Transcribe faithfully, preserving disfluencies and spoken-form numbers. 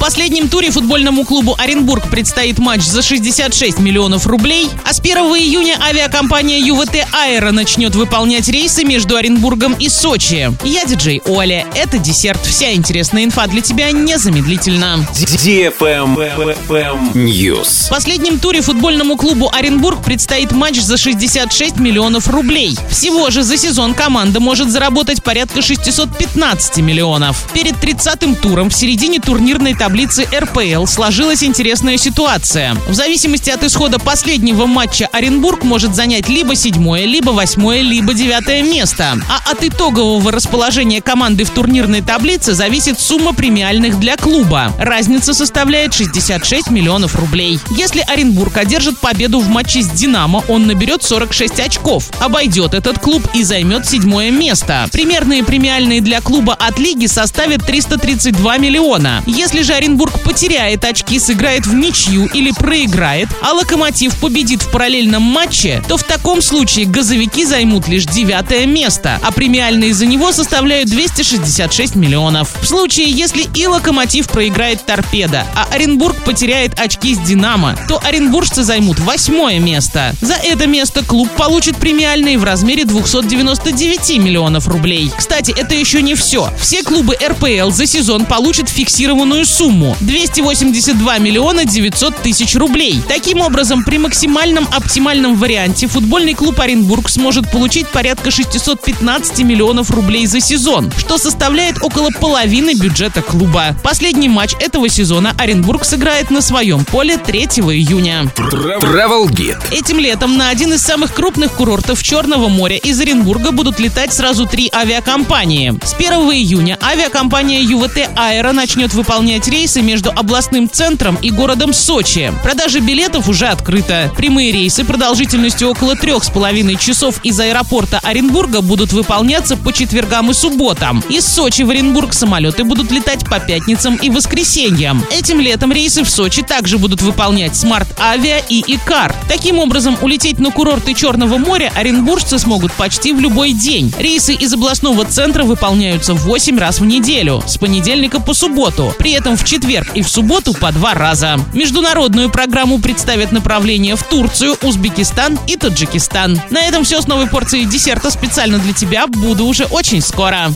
последнем туре футбольному клубу «Оренбург» предстоит матч за шестьдесят шесть миллионов рублей, а с первого июня авиакомпания ю вэ тэ «Аэро» начнет выполнять рейсы между Оренбургом и Сочи. Я диджей Оля. Это десерт. Вся интересная инфа для тебя незамедлительно. News. В последнем туре футбольному клубу «Оренбург» предстоит матч за шестьдесят шесть миллионов рублей. Всего же за сезон команда может заработать порядка шестьсот пятнадцать миллионов. Перед тридцатым туром в середине турнирной таблицы эр пэ эл сложилась интересная ситуация. В зависимости от исхода последнего матча Оренбург может занять либо седьмое, либо восьмое, либо девятое место. А от итогового расположения команды в турнирной таблице зависит сумма премиальных для клуба. Разница составляет шестьдесят шесть миллионов рублей. Если Оренбург одержит победу в матче с «Динамо», он наберет сорок шесть очков, обойдет этот клуб и займет седьмое место. Примерные премиальные для клуба от лиги составят триста тридцать два миллиона. Если же Оренбург потеряет очки, сыграет в ничью или проиграет, а «Локомотив» победит в параллельном матче, то в таком случае газовики займут лишь девятое место, а премиальные за него составляют двести шестьдесят шесть миллионов. В случае, если и «Локомотив» проиграет «Торпедо», а Оренбург потеряет очки с «Динамо», то оренбуржцы займут восьмое место. За это место клуб получит премиальные в размере двухсот девяноста девяти миллионов рублей. Кстати, это еще не все. Все клубы эр пэ эл за сезон получат фиксированную сумму – двести восемьдесят два миллиона девятьсот тысяч рублей. Таким образом, при максимальном оптимальном варианте футбольный клуб «Оренбург» сможет получить порядка шестьсот пятнадцать миллионов рублей за сезон, что составляет около половины бюджета клуба. Последний матч этого сезона Оренбург сыграет на своем поле третьего июня. Travel Guide. Этим летом на один из самых крупных курортов Черного моря из Оренбурга будут летать сразу три авиакомпании. С первого июня авиакомпания ю вэ тэ «Аэро» начнет выполнять рейсы между областным центром и городом Сочи. Продажа билетов уже открыта. Прямые рейсы продолжительностью около трех с половиной часов из аэропорта Оренбурга будут выполняться по четвергам и субботам. Из Сочи в Оренбург самолеты будут летать по пятницам и воскресеньям. Этим летом рейсы в Сочи также будут выполнять Smart Avia и Икар. Таким образом, улететь на курорты Черного моря оренбуржцы смогут почти в любой день. Рейсы из областного центра выполняются восемь раз в неделю, с понедельника по субботу. При этом в четверг и в субботу по два раза. Международную программу представят направления в Турцию, Узбекистан и Таджикистан. На этом все с новой порцией десерта специально для тебя. Буду уже очень скоро.